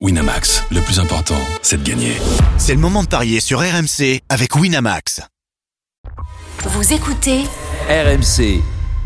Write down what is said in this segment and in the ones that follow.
Winamax, le plus important, c'est de gagner. C'est le moment de parier sur RMC avec Winamax. Vous écoutez RMC.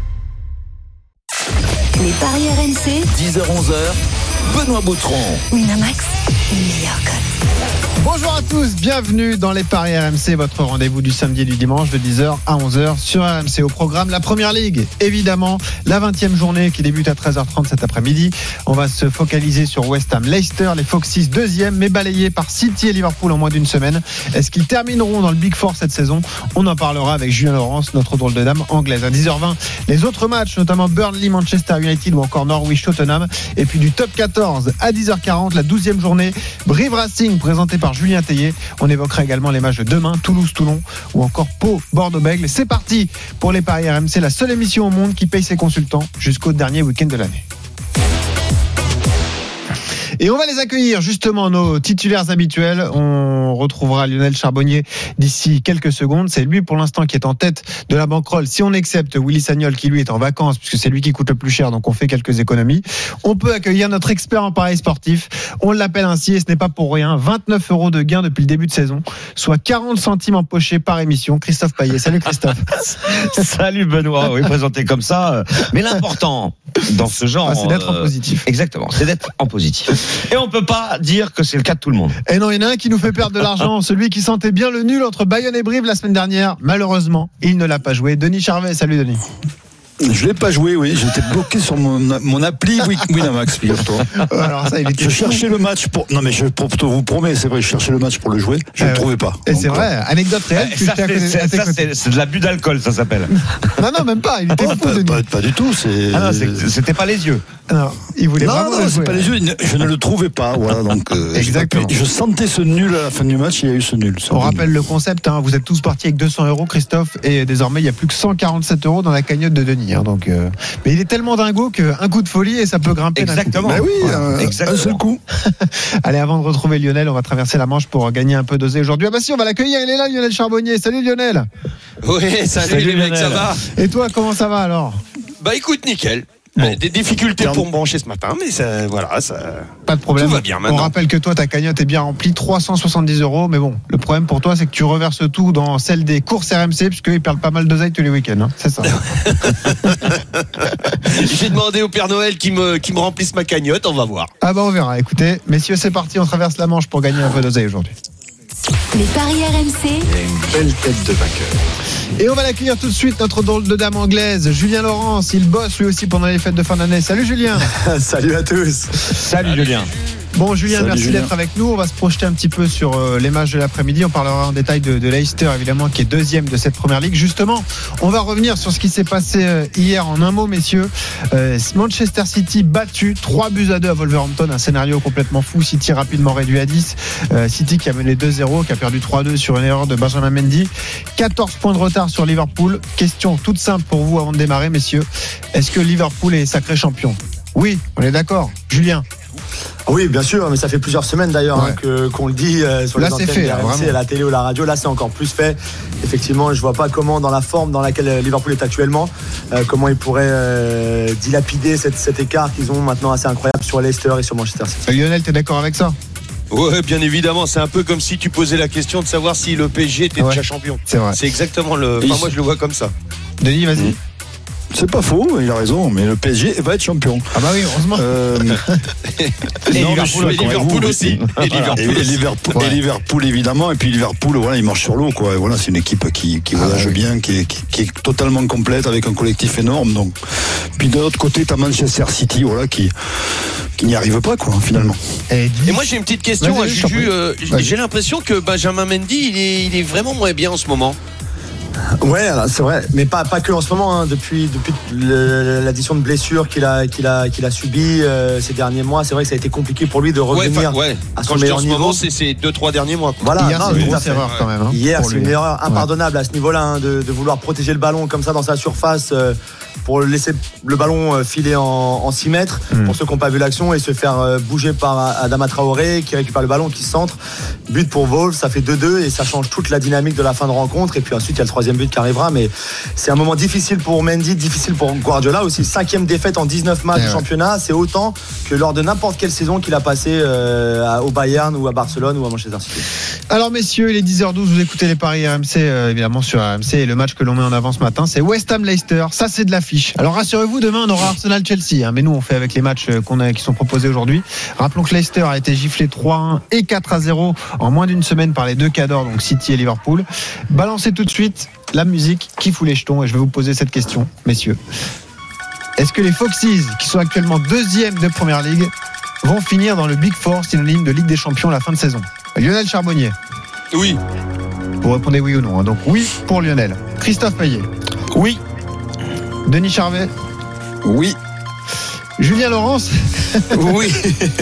Les paris RMC, 10h-11h, Benoît Boutron. Winamax, les meilleurs codes. Bonjour à tous, bienvenue dans les paris RMC, votre rendez-vous du samedi et du dimanche de 10h à 11h sur RMC. Au programme, la Première Ligue, évidemment, la 20e journée qui débute à 13h30 cet après-midi. On va se focaliser sur West Ham Leicester, les Foxes 2e, mais balayés par City et Liverpool en moins d'une semaine. Est-ce qu'ils termineront dans le Big Four cette saison ? On en parlera avec Julien Laurence, notre drôle de dame anglaise. À 10h20, les autres matchs, notamment Burnley, Manchester United ou encore Norwich, Tottenham. Et puis du top 14 à 10h40, la 12e journée, Brive Racing présenté par Julien Tellier. On évoquera également les matchs de demain, Toulouse-Toulon ou encore Pau, Bordeaux-Bègles. C'est parti pour les paris RMC, la seule émission au monde qui paye ses consultants jusqu'au dernier week-end de l'année. Et on va les accueillir, justement, nos titulaires habituels. On retrouvera Lionel Charbonnier d'ici quelques secondes. C'est lui, pour l'instant, qui est en tête de la banquerolle. Si on accepte Willy Sagnol, qui lui est en vacances, puisque c'est lui qui coûte le plus cher, donc on fait quelques économies. On peut accueillir notre expert en paris sportif. On l'appelle ainsi, et ce n'est pas pour rien. 29 € de gain depuis le début de saison, soit 40 centimes empochés par émission. Christophe Payet. Salut Christophe. Salut Benoît. Oui, présenté comme ça. Mais l'important dans ce genre, c'est d'être en positif. Exactement, c'est d'être en positif. Et on peut pas dire que c'est le cas de tout le monde. Et non, il y en a un qui nous fait perdre de l'argent, celui qui sentait bien le nul entre Bayonne et Brive la semaine dernière. Malheureusement, il ne l'a pas joué. Denis Charvet, salut Denis. Je l'ai pas joué, oui. J'étais bloqué sur mon appli Winamax, figure-toi. Alors ça, je cherchais le match pour. Non, mais je vous promets, c'est vrai, je cherchais le match pour le jouer. Je ne le trouvais pas. Et donc, c'est vrai, anecdote réelle. Ça, c'est de l'abus d'alcool, ça s'appelle. Non, même pas. Il était fou, Denis. Pas du tout. C'était pas les yeux. Non, il voulait vraiment. Non, c'est pas les yeux. Je ne le trouvais pas. Voilà, donc. Exactement. Je sentais ce nul à la fin du match. Il y a eu ce nul. On rappelle le concept. Vous êtes tous partis avec 200 €, Christophe, et désormais il n'y a plus que 147 € dans la cagnotte de Denis. Donc, mais il est tellement dingo qu'un coup de folie et ça peut grimper. Exactement. Ben oui, exactement. Un seul coup. Allez, avant de retrouver Lionel, on va traverser la Manche pour gagner un peu d'oseille aujourd'hui. Ah bah si, on va l'accueillir. Il est là, Lionel Charbonnier. Salut Lionel. Oui, salut les mecs, ça va ? Et toi, comment ça va alors ? Bah écoute, nickel. Bon. Des difficultés pour me brancher ce matin, mais ça, voilà, ça. Pas de problème. Tout va bien maintenant. On rappelle que toi, ta cagnotte est bien remplie, 370 €. Mais bon, le problème pour toi, c'est que tu reverses tout dans celle des courses RMC, puisqu'ils perdent pas mal d'oseille tous les week-ends. C'est ça. J'ai demandé au Père Noël qui me remplisse ma cagnotte, on va voir. Ah bah on verra. Écoutez, messieurs, c'est parti, on traverse la Manche pour gagner un peu d'oseille aujourd'hui. Les paris RMC. Il y a une belle tête de vainqueur. Et on va l'accueillir tout de suite, notre drôle de dame anglaise, Julien Laurence. Il bosse lui aussi pendant les fêtes de fin d'année. Salut Julien. Salut à tous. Salut Julien. Bon Julien, Salut, merci Julien. d'être avec nous. On va se projeter un petit peu sur les matchs de l'après-midi. On parlera en détail de Leicester, évidemment, qui est deuxième de cette première ligue. Justement, on va revenir sur ce qui s'est passé hier en un mot, messieurs. Manchester City battu 3-2 à Wolverhampton. Un scénario complètement fou. City rapidement réduit à 10. City qui a mené 2-0, qui a perdu 3-2 sur une erreur de Benjamin Mendy. 14 points de retard sur Liverpool. Question toute simple pour vous avant de démarrer, messieurs. Est-ce que Liverpool est sacré champion ? Oui, on est d'accord. Julien ? Oui, bien sûr, mais ça fait plusieurs semaines d'ailleurs qu'on le dit sur là, les antennes c'est fait, de RMC, à la télé ou la radio. Là, c'est encore plus fait. Effectivement, je vois pas comment, dans la forme dans laquelle Liverpool est actuellement, comment ils pourraient dilapider cet écart qu'ils ont maintenant assez incroyable sur Leicester et sur Manchester City. Lionel, t'es d'accord avec ça ? Ouais, bien évidemment, c'est un peu comme si tu posais la question de savoir si le PSG était déjà champion. C'est vrai. C'est exactement moi, je le vois comme ça. Denis, vas-y. C'est pas faux, il a raison, mais le PSG va être champion. Ah bah oui, heureusement. Et Liverpool aussi. Et Liverpool évidemment, et puis Liverpool, voilà, il marche sur l'eau, quoi. Et voilà, c'est une équipe qui voyage bien, qui est totalement complète avec un collectif énorme. Donc, puis de l'autre côté, t'as Manchester City, voilà, qui n'y arrive pas, quoi, finalement. Et moi, j'ai une petite question à Juju. J'ai l'impression que Benjamin Mendy, il est vraiment moins bien en ce moment. Ouais, c'est vrai, mais pas que en ce moment, depuis l'addition de blessures qu'il a subi ces derniers mois. C'est vrai que ça a été compliqué pour lui de revenir à son meilleur niveau. Moment, c'est 2-3 derniers mois. Voilà, hier, c'est une grosse erreur quand même. Hier, c'est une erreur impardonnable à ce niveau-là, de vouloir protéger le ballon comme ça dans sa surface pour laisser le ballon filer en 6 mètres, pour ceux qui n'ont pas vu l'action, et se faire bouger par Adama Traoré qui récupère le ballon, qui centre, but pour Wolves, ça fait 2-2 et ça change toute la dynamique de la fin de rencontre. Et puis ensuite il y a le 3e but qui arrivera, mais c'est un moment difficile pour Mendy, difficile pour Guardiola aussi. 5e défaite en 19 matchs de championnat, c'est autant que lors de n'importe quelle saison qu'il a passé au Bayern ou à Barcelone ou à Manchester City. Alors messieurs, il est 10h12, vous écoutez les paris RMC évidemment sur RMC, et le match que l'on met en avant ce matin, c'est West Ham Leicester. Ça c'est de l'affiche. Alors rassurez-vous, demain on aura Arsenal Chelsea, mais nous on fait avec les matchs qui sont proposés aujourd'hui. Rappelons que Leicester a été giflé 3-1 et 4-0 en moins d'une semaine par les deux cadors, donc City et Liverpool. Balancez tout de suite la musique qui fout les jetons, et je vais vous poser cette question, messieurs. Est-ce que les Foxes, qui sont actuellement 2e de Première Ligue, vont finir dans le Big Four, synonyme de Ligue des Champions à la fin de saison? Lionel Charbonnier. Oui. Vous répondez oui ou non. Donc oui pour Lionel. Christophe Payet. Oui. Denis Charvet. Oui. Julien Laurence. Oui.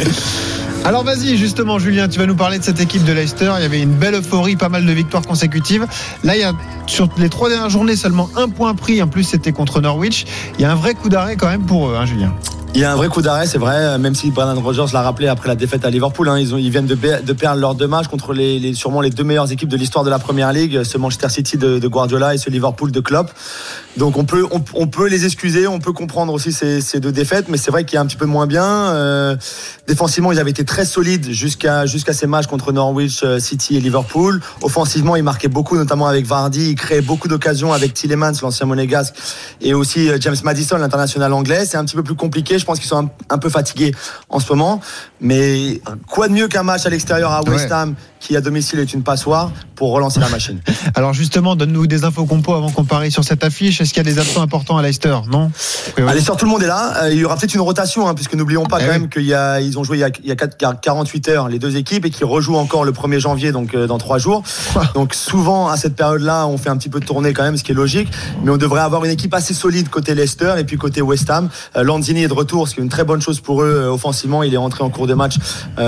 Alors vas-y, justement Julien, tu vas nous parler de cette équipe de Leicester. Il y avait une belle euphorie, pas mal de victoires consécutives. Là, il y a sur les 3 dernières journées seulement 1 point pris. En plus, c'était contre Norwich. Il y a un vrai coup d'arrêt quand même pour eux, hein, Julien. Il y a un vrai coup d'arrêt, c'est vrai, même si Brendan Rodgers l'a rappelé après la défaite à Liverpool. Ils viennent de perdre leurs 2 matchs contre sûrement les 2 meilleures équipes de l'histoire de la Première Ligue, ce Manchester City de Guardiola et ce Liverpool de Klopp. Donc on peut les excuser, on peut comprendre aussi ces 2 défaites, mais c'est vrai qu'il y a un petit peu moins bien. Défensivement, ils avaient été très solides jusqu'à ces matchs contre Norwich, City et Liverpool. Offensivement, ils marquaient beaucoup, notamment avec Vardy. Ils créaient beaucoup d'occasions avec Tielemans, l'ancien monégasque, et aussi James Maddison, l'international anglais. C'est un petit peu plus compliqué. Je pense qu'ils sont un peu fatigués en ce moment. Mais quoi de mieux qu'un match à l'extérieur à West Ham, qui à domicile est une passoire, pour relancer la machine. Alors justement, donne-nous des infos compos avant qu'on parie sur cette affiche. Est-ce qu'il y a des absents importants à Leicester? Non. À Leicester, tout le monde est là. Il y aura peut-être une rotation, puisque n'oublions pas quand même qu'ils ont joué il y a 48 heures les 2 équipes, et qu'ils rejouent encore le 1er janvier, donc dans 3 jours. Donc souvent à cette période-là, on fait un petit peu de tournée quand même, ce qui est logique. Mais on devrait avoir une équipe assez solide côté Leicester, et puis côté West Ham. Lanzini est de retour, ce qui est une très bonne chose pour eux offensivement. Il est rentré en cours de match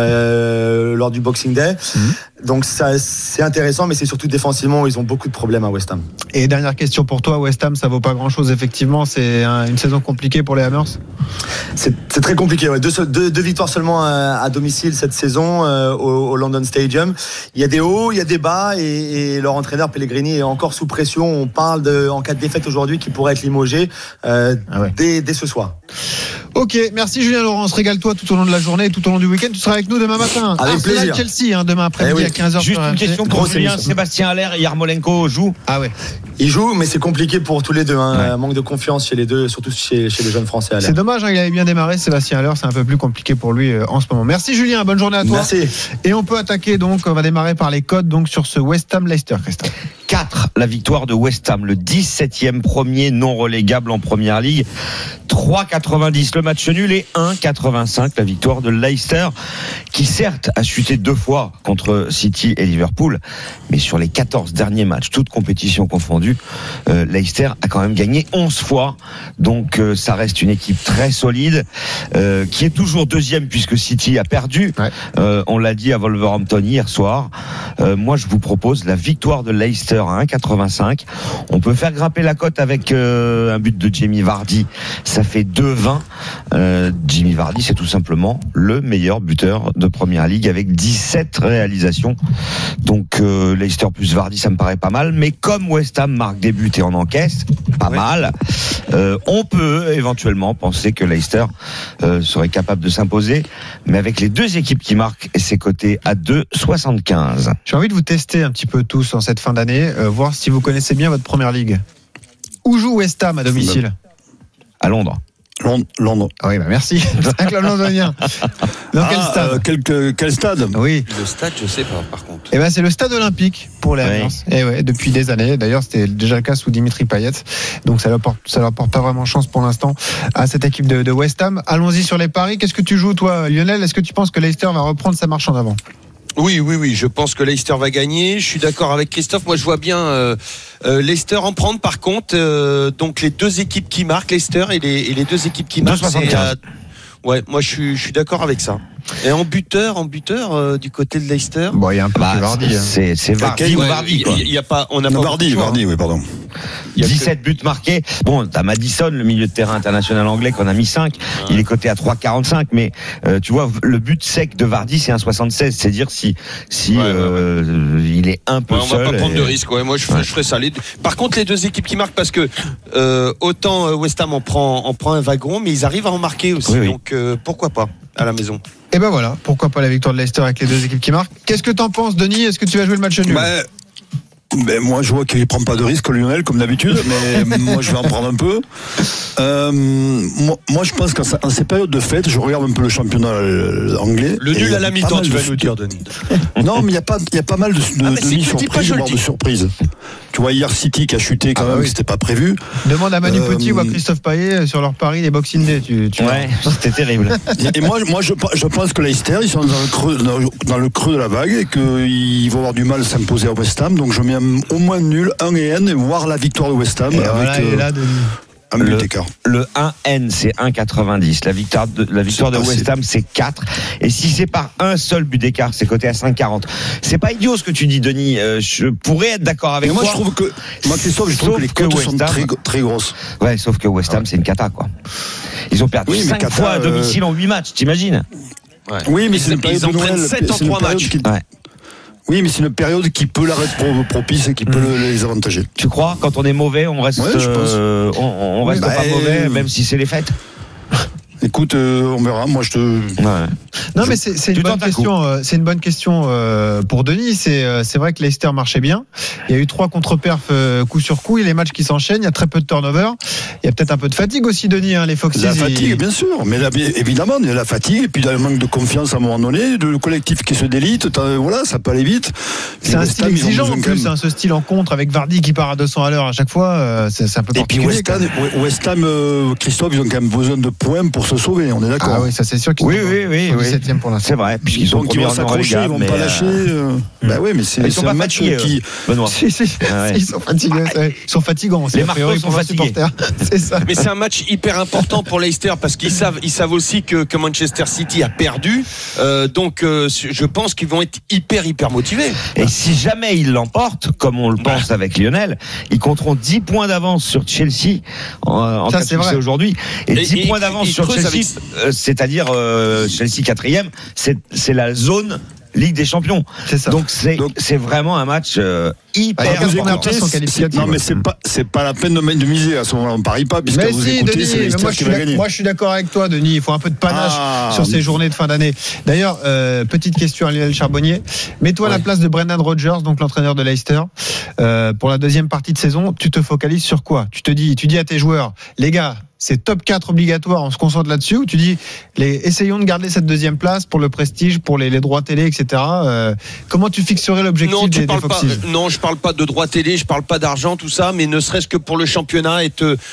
lors du Boxing Day. Donc ça, c'est intéressant, mais c'est surtout défensivement où ils ont beaucoup de problèmes à West Ham. Et dernière question pour toi, West Ham, ça vaut pas grand-chose effectivement. C'est une saison compliquée pour les Hammers. C'est très compliqué. Ouais. Deux victoires seulement à domicile cette saison au London Stadium. Il y a des hauts, il y a des bas, et leur entraîneur Pellegrini est encore sous pression. On parle en cas de défaite aujourd'hui qui pourrait être limogé dès ce soir. Ok, merci Julien Laurence. Régale-toi tout au long de la journée et tout au long du week-end. Tu seras avec nous demain matin. Avec plaisir. Chelsea, demain après-midi à 15h. Juste une question pour Julien. Sébastien Haller et Yarmolenko jouent? Ah ouais. Ils jouent, mais c'est compliqué pour tous les deux. Manque de confiance chez les deux, surtout chez les jeunes Français. C'est dommage, il avait bien démarré. Sébastien Haller, c'est un peu plus compliqué pour lui en ce moment. Merci Julien, bonne journée à toi. Merci. Et on peut attaquer donc, on va démarrer par les codes donc sur ce West Ham Leicester, Christophe. 4, la victoire de West Ham, le 17e premier non relégable en Première Ligue. 3,90 le match nul et 1,85 la victoire de Leicester, qui certes a chuté 2 fois contre City et Liverpool, mais sur les 14 derniers matchs, toutes compétitions confondues, Leicester a quand même gagné 11 fois. Donc ça reste une équipe très solide, qui est toujours 2e puisque City a perdu. On l'a dit à Wolverhampton hier soir. Moi je vous propose la victoire de Leicester à 1,85. On peut faire grimper la cote avec un but de Jamie Vardy. Ça fait 2,20. Jamie Vardy, c'est tout simplement le meilleur buteur de Première Ligue avec 17 réalisations. Donc Leicester plus Vardy, ça me paraît pas mal. Mais comme West Ham marque des buts et en encaisse, pas mal, on peut éventuellement penser que Leicester serait capable de s'imposer. Mais avec les 2 équipes qui marquent, c'est coté à 2,75. J'ai envie de vous tester un petit peu tous en cette fin d'année, voir si vous connaissez bien votre Première Ligue. Où joue West Ham à domicile? À Londres. Londres. Oui, merci. C'est un club londonien. Dans quel stade? Quel stade? Oui. Le stade, je sais pas, par contre. C'est le stade olympique pour les Hammers. Et depuis des années. D'ailleurs, c'était déjà le cas sous Dimitri Payet. Donc, ça leur porte pas vraiment chance pour l'instant à cette équipe de West Ham. Allons-y sur les paris. Qu'est-ce que tu joues, toi, Lionel? Est-ce que tu penses que Leicester va reprendre sa marche en avant? Oui, je pense que Leicester va gagner. Je suis d'accord avec Christophe. Moi, je vois bien Leicester en prendre. Par contre, donc les 2 équipes qui marquent, Leicester et les 2 équipes qui marquent. Ouais, moi je suis d'accord avec ça. Et en buteur du côté de Leicester. Bon, il y a un peu de Vardy. C'est Vardy ou Vardy. Il y a pas, on a pas Vardy, oui, pardon. Il y a 17 buts marqués. Bon, t'as Madison, le milieu de terrain international anglais, qu'on a mis 5. Il est coté à 3,45. Mais tu vois, le but sec de Vardy, c'est un 76. C'est dire si il est un peu seul. On va pas prendre de risque. Ouais, moi, je ferais ça. Par contre, les deux équipes qui marquent, parce que autant West Ham en prend un wagon, mais ils arrivent à en marquer aussi. Oui. Donc pourquoi pas à la maison. Et ben voilà, pourquoi pas la victoire de Leicester avec les deux équipes qui marquent. Qu'est-ce que t'en penses, Denis ? Est-ce que tu vas jouer le match nul ? Moi, je vois qu'il ne prend pas de risque, Lionel, comme d'habitude, mais moi, je vais en prendre un peu. Moi, je pense qu'en ces périodes de fête, je regarde un peu le championnat anglais. Le nul à la mi-temps, tu vas nous dire, Denis. Non, mais il y a pas mal de demi-surprises, voire de surprises. Tu vois, hier, City qui a chuté quand même, c'était pas prévu. Demande à Manu Petit ou à Christophe Payet sur leur pari des Boxing Day. C'était terrible. Et moi, je pense que Leicester, ils sont dans le creux de la vague et qu'ils vont avoir du mal à s'imposer à West Ham. Donc, je mets au moins nul, 1-N, voire la victoire de West Ham. Un but d'écart. Le 1N, c'est 1,90. La victoire de West Ham, c'est 4. Et si c'est par un seul but d'écart, c'est coté à 5,40. C'est pas idiot ce que tu dis, Denis. Je pourrais être d'accord avec toi. Moi, Christophe, je trouve que les cotes sont très, très grosses. Ouais, sauf que West Ham, c'est une cata, quoi. Ils ont perdu 5 fois à domicile en 8 matchs, t'imagines? Ouais. Oui, mais ils en prennent 7 en 3 matchs. Oui, mais c'est une période qui peut leur être propice et qui peut les avantager. Tu crois, quand on est mauvais, on reste, on reste pas mauvais, même si c'est les fêtes? Écoute, on verra. Moi, Non, mais c'est une bonne question. C'est une bonne question pour Denis. C'est vrai que Leicester marchait bien. Il y a eu 3 contre-perfs coup sur coup. Il y a les matchs qui s'enchaînent. Il y a très peu de turnover. Il y a peut-être un peu de fatigue aussi, Denis. Les Foxes. La fatigue, bien sûr. Mais évidemment, il y a la fatigue et puis il y a le manque de confiance à un moment donné, le collectif qui se délite. Voilà, ça peut aller vite. C'est un style exigeant en plus. Ce style en contre avec Vardy qui part à 200 à l'heure à chaque fois. C'est un peu particulier. Et puis West Ham, Christophe, ils ont quand même besoin de points pour se sauver, on est d'accord. Ah oui, ça c'est sûr qu'ils sont 17e pour l'instant. C'est vrai, puisqu'ils sont premiers en s'accrocher, ils vont pas lâcher. Bah oui, mais c'est un match qui. Benoît. Ils sont fatigués, ils sont fatigants. Les Marcos sont fatigués. C'est ça. Mais c'est un match hyper important pour Leicester parce qu'ils savent aussi que Manchester City a perdu. Donc je pense qu'ils vont être hyper motivés. Et si jamais ils l'emportent, comme on le pense avec Lionel, ils compteront 10 points d'avance sur Chelsea en cas de succès aujourd'hui. Et 10 points d'avance sur Chelsea, c'est-à-dire Chelsea 4e, c'est la zone Ligue des Champions. C'est ça. Donc c'est vraiment un match hyper important. Non, mais c'est pas la peine de miser à ce moment-là. On parie pas, puisque vous écoutez, Denis, c'est Leicester qui va gagner. Moi, je suis d'accord avec toi, Denis. Il faut un peu de panache sur ces journées de fin d'année. D'ailleurs, petite question à Lionel Charbonnier. Mets-toi à la place de Brendan Rodgers, donc l'entraîneur de Leicester, pour la deuxième partie de saison. Tu te focalises sur quoi? Tu dis à tes joueurs, les gars, c'est top 4 obligatoire, on se concentre là-dessus, ou tu dis essayons de garder cette deuxième place pour le prestige, pour les droits télé, etc. Comment tu fixerais l'objectif des Foxes? Non, je parle pas de droits télé, je parle pas d'argent, tout ça, mais ne serait-ce que pour le championnat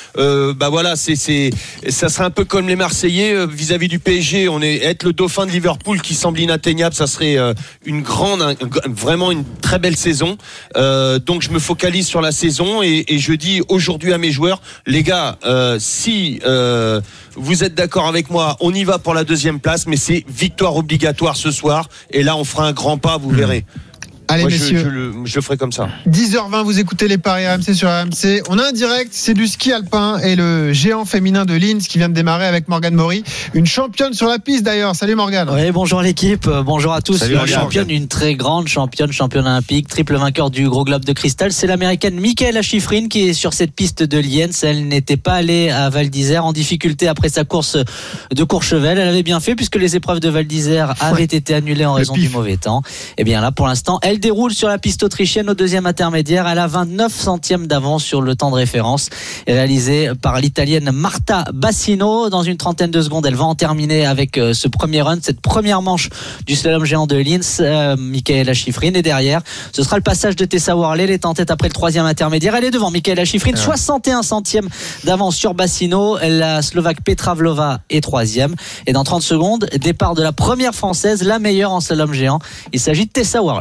ça serait un peu comme les Marseillais vis-à-vis du PSG. Être le dauphin de Liverpool qui semble inatteignable, ça serait vraiment une très belle saison. Donc je me focalise sur la saison et je dis aujourd'hui à mes joueurs, les gars, si vous êtes d'accord avec moi, on y va pour la deuxième place, mais c'est victoire obligatoire ce soir et là on fera un grand pas, vous verrez. Allez, moi, messieurs, je ferai comme ça. 10h20, vous écoutez les paris RMC sur RMC. On a un direct, c'est du ski alpin et le géant féminin de Linz qui vient de démarrer avec Morgane Maury, une championne sur la piste d'ailleurs. Salut Morgane. Oui, bonjour l'équipe, bonjour à tous. Salut, championne, une très grande championne olympique, triple vainqueur du Gros Globe de Cristal. C'est l'américaine Michaela Schifrin qui est sur cette piste de Lienz. Elle n'était pas allée à Val d'Isère en difficulté après sa course de Courchevel. Elle avait bien fait puisque les épreuves de Val d'Isère avaient été annulées en raison du mauvais temps. Et bien là, pour l'instant, elle déroule sur la piste autrichienne au deuxième intermédiaire. Elle a 29 centièmes d'avance sur le temps de référence réalisé par l'italienne Marta Bassino. Dans une trentaine de secondes, elle va en terminer avec ce premier run, cette première manche du slalom géant de Linz, Michaela Schifrin. Et derrière, ce sera le passage de Tessa Worley. Elle est en tête après le troisième intermédiaire. Elle est devant Michaela Schifrin, 61 centièmes d'avance sur Bassino. La Slovaque Petra Vlhova est troisième. Et dans 30 secondes, départ de la première française, la meilleure en slalom géant. Il s'agit de Tessa Worley. Et ben, on pourra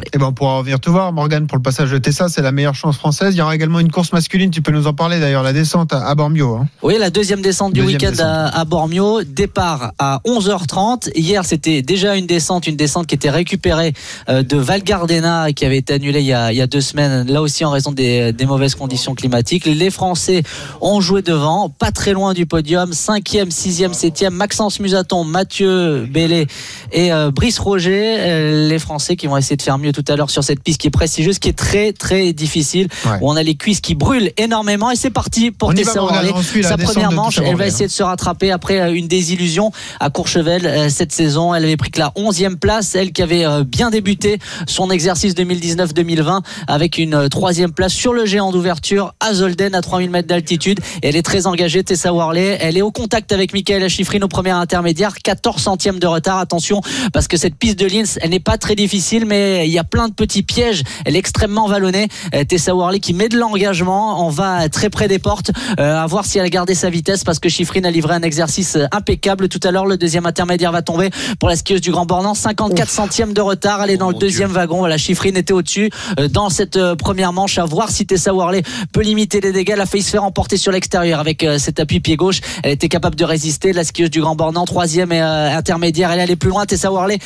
pourra revenir te voir, Morgane, pour le passage de Tessa. C'est la meilleure chance française. Il y aura également une course masculine. Tu peux nous en parler d'ailleurs, la descente à Bormio. Hein. Oui, la deuxième descente du week-end à Bormio. Départ à 11h30. Hier, c'était déjà une descente qui était récupérée de Val Gardena, qui avait été annulée il y a 2 semaines. Là aussi, en raison des mauvaises conditions climatiques. Les Français ont joué devant, pas très loin du podium. 5e, 6e, 7e. Maxence Musaton, Mathieu Bellé et Brice Roger. Les Français qui vont essayer de faire mieux tout à l'heure sur cette piste qui est prestigieuse, qui est très, très difficile. Ouais. Où on a les cuisses qui brûlent énormément. Et c'est parti pour Tessa Worley. Sa première manche, elle va essayer de se rattraper après une désillusion à Courchevel cette saison. Elle avait pris que la 11e place, elle qui avait bien débuté son exercice 2019-2020 avec une 3e place sur le géant d'ouverture à Zolden à 3000 mètres d'altitude. Et elle est très engagée, Tessa Worley. Elle est au contact avec Michaela Schifrin au premier intermédiaire, 14 centièmes de retard. Attention, parce que cette piste de Linz, elle n'est pas très difficile, mais il y a plein de petits pièges. Elle est extrêmement vallonnée. Tessa Worley qui met de l'engagement. On va très près des portes, à voir si elle a gardé sa vitesse, parce que Schifrin a livré un exercice impeccable tout à l'heure. Le deuxième intermédiaire va tomber pour la skieuse du Grand Bornand, 54 centièmes de retard. Elle est dans le deuxième wagon. Voilà, Schifrin était au-dessus dans cette première manche. À voir si Tessa Worley peut limiter les dégâts. Elle a failli se faire emporter sur l'extérieur avec cet appui pied gauche. Elle était capable de résister. La skieuse du Grand Bornand, 3e intermédiaire. Elle est allée plus loin. Tessa Worley,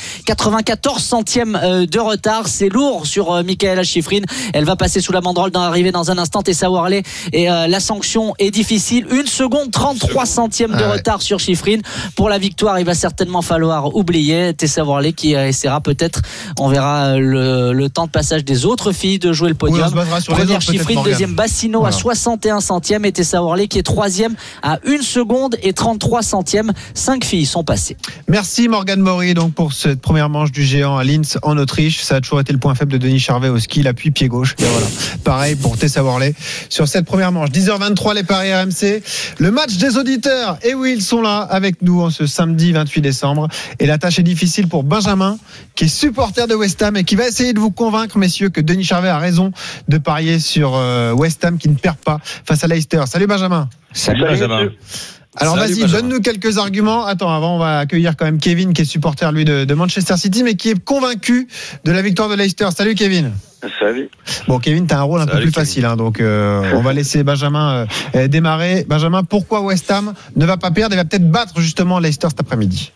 94 centièmes de retard. C'est lourd sur Michaela Schifrin. Elle va passer sous la banderole d'arrivée dans un instant. Tessa Worley, et la sanction est difficile. 1 seconde 33 centièmes de retard sur Schifrin. Pour la victoire, il va certainement falloir oublier Tessa Worley qui essaiera peut-être, on verra le temps de passage des autres filles de jouer le podium. Première Schifrin, deuxième Bassino à 61 centièmes et Tessa Worley qui est 3e à 1 seconde et 33 centièmes. 5 filles sont passées. Merci Morgane Maury donc pour cette première manche du géant à Linz en Autriche. Ça a toujours été le point faible de Denis Charvet au ski, l'appui pied gauche. Et voilà. Pareil pour Tessa Worley sur cette première manche. 10h23 les paris RMC. Le match des auditeurs. Et oui, ils sont là avec nous en ce samedi 28 décembre. Et la tâche est difficile pour Benjamin, qui est supporter de West Ham et qui va essayer de vous convaincre, messieurs, que Denis Charvet a raison de parier sur West Ham qui ne perd pas face à Leicester. Salut Benjamin. Salut Benjamin. Alors vas-y, donne-nous quelques arguments. Attends, avant on va accueillir quand même Kevin qui est supporter lui de Manchester City mais qui est convaincu de la victoire de Leicester. Salut Kevin. Salut. Bon Kevin, t'as un rôle un peu plus facile hein, donc on va laisser Benjamin démarrer. Benjamin, pourquoi West Ham ne va pas perdre et va peut-être battre justement Leicester cet après-midi?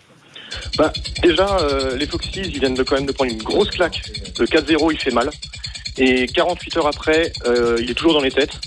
Déjà les Foxes ils viennent quand même de prendre une grosse claque. Le 4-0 il fait mal et 48 heures après il est toujours dans les têtes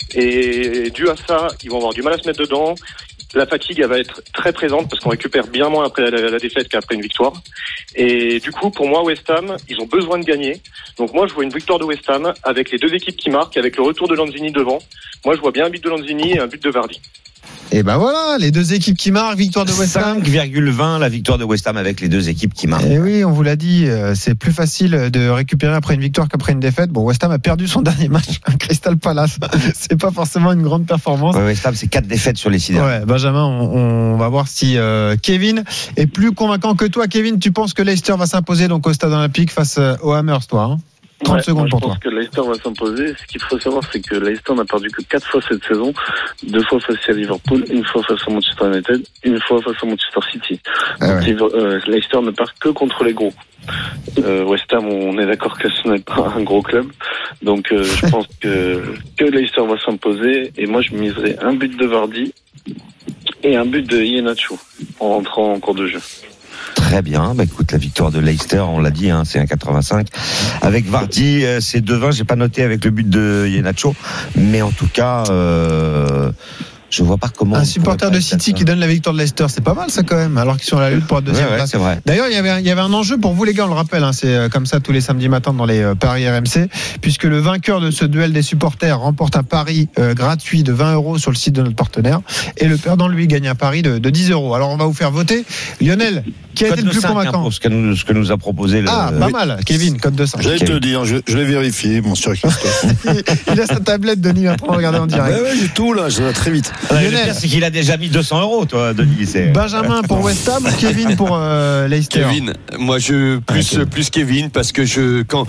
et dû à ça ils vont avoir du mal à se mettre dedans. La fatigue, elle va être très présente parce qu'on récupère bien moins après la défaite qu'après une victoire. Et du coup, pour moi, West Ham, ils ont besoin de gagner. Donc moi, je vois une victoire de West Ham avec les deux équipes qui marquent, avec le retour de Lanzini devant. Moi, je vois bien un but de Lanzini et un but de Vardy. Et ben voilà, les deux équipes qui marquent, victoire de West Ham. 5,20 la victoire de West Ham avec les deux équipes qui marquent. Et oui, on vous l'a dit, c'est plus facile de récupérer après une victoire qu'après une défaite. Bon, West Ham a perdu son dernier match à Crystal Palace. C'est pas forcément une grande performance. Ouais, West Ham, c'est 4 défaites sur les 6 derniers. Ouais, Benjamin, on va voir si Kevin est plus convaincant que toi. Kevin, tu penses que Leicester va s'imposer donc au Stade Olympique face au Hammers, toi hein 30 secondes pour toi. Je pense que Leicester va s'imposer. Ce qu'il faut savoir, c'est que Leicester n'a perdu que 4 fois cette saison. 2 fois face à Liverpool, 1 fois face à Manchester United, 1 fois face à Manchester City. Leicester ne perd que contre les gros. West Ham, on est d'accord que ce n'est pas un gros club. Donc je pense que Leicester va s'imposer. Et moi, je miserai un but de Vardy et un but de Iheanacho en rentrant en cours de jeu. Très bien, écoute, la victoire de Leicester, on l'a dit, hein, c'est 1,85. Avec Vardy, c'est 2,20. J'ai pas noté avec le but de Iheanacho, mais en tout cas, je vois pas comment. Un supporter de City qui donne la victoire de Leicester, c'est pas mal ça quand même, alors qu'ils sont à la lutte pour la deuxième place. C'est vrai. D'ailleurs, il y avait un enjeu pour vous les gars, on le rappelle, hein, c'est comme ça tous les samedis matins dans les paris RMC, puisque le vainqueur de ce duel des supporters remporte un pari gratuit de 20 € sur le site de notre partenaire, et le perdant lui gagne un pari de 10 €. Alors on va vous faire voter. Lionel, qui a été le plus convaincant pour ce que nous a proposé pas mal. Kevin, code 200. J'allais te le dire, je l'ai vérifié, mon cher Christophe. Il a sa tablette, Denis, en train de regarder en direct. Ouais, j'ai tout là, je vais très vite. Lionel, le pire, c'est qu'il a déjà mis 200 €, toi, Denis. Benjamin pour West Ham, Kevin pour Leicester. Kevin, moi plus Kevin, parce que quand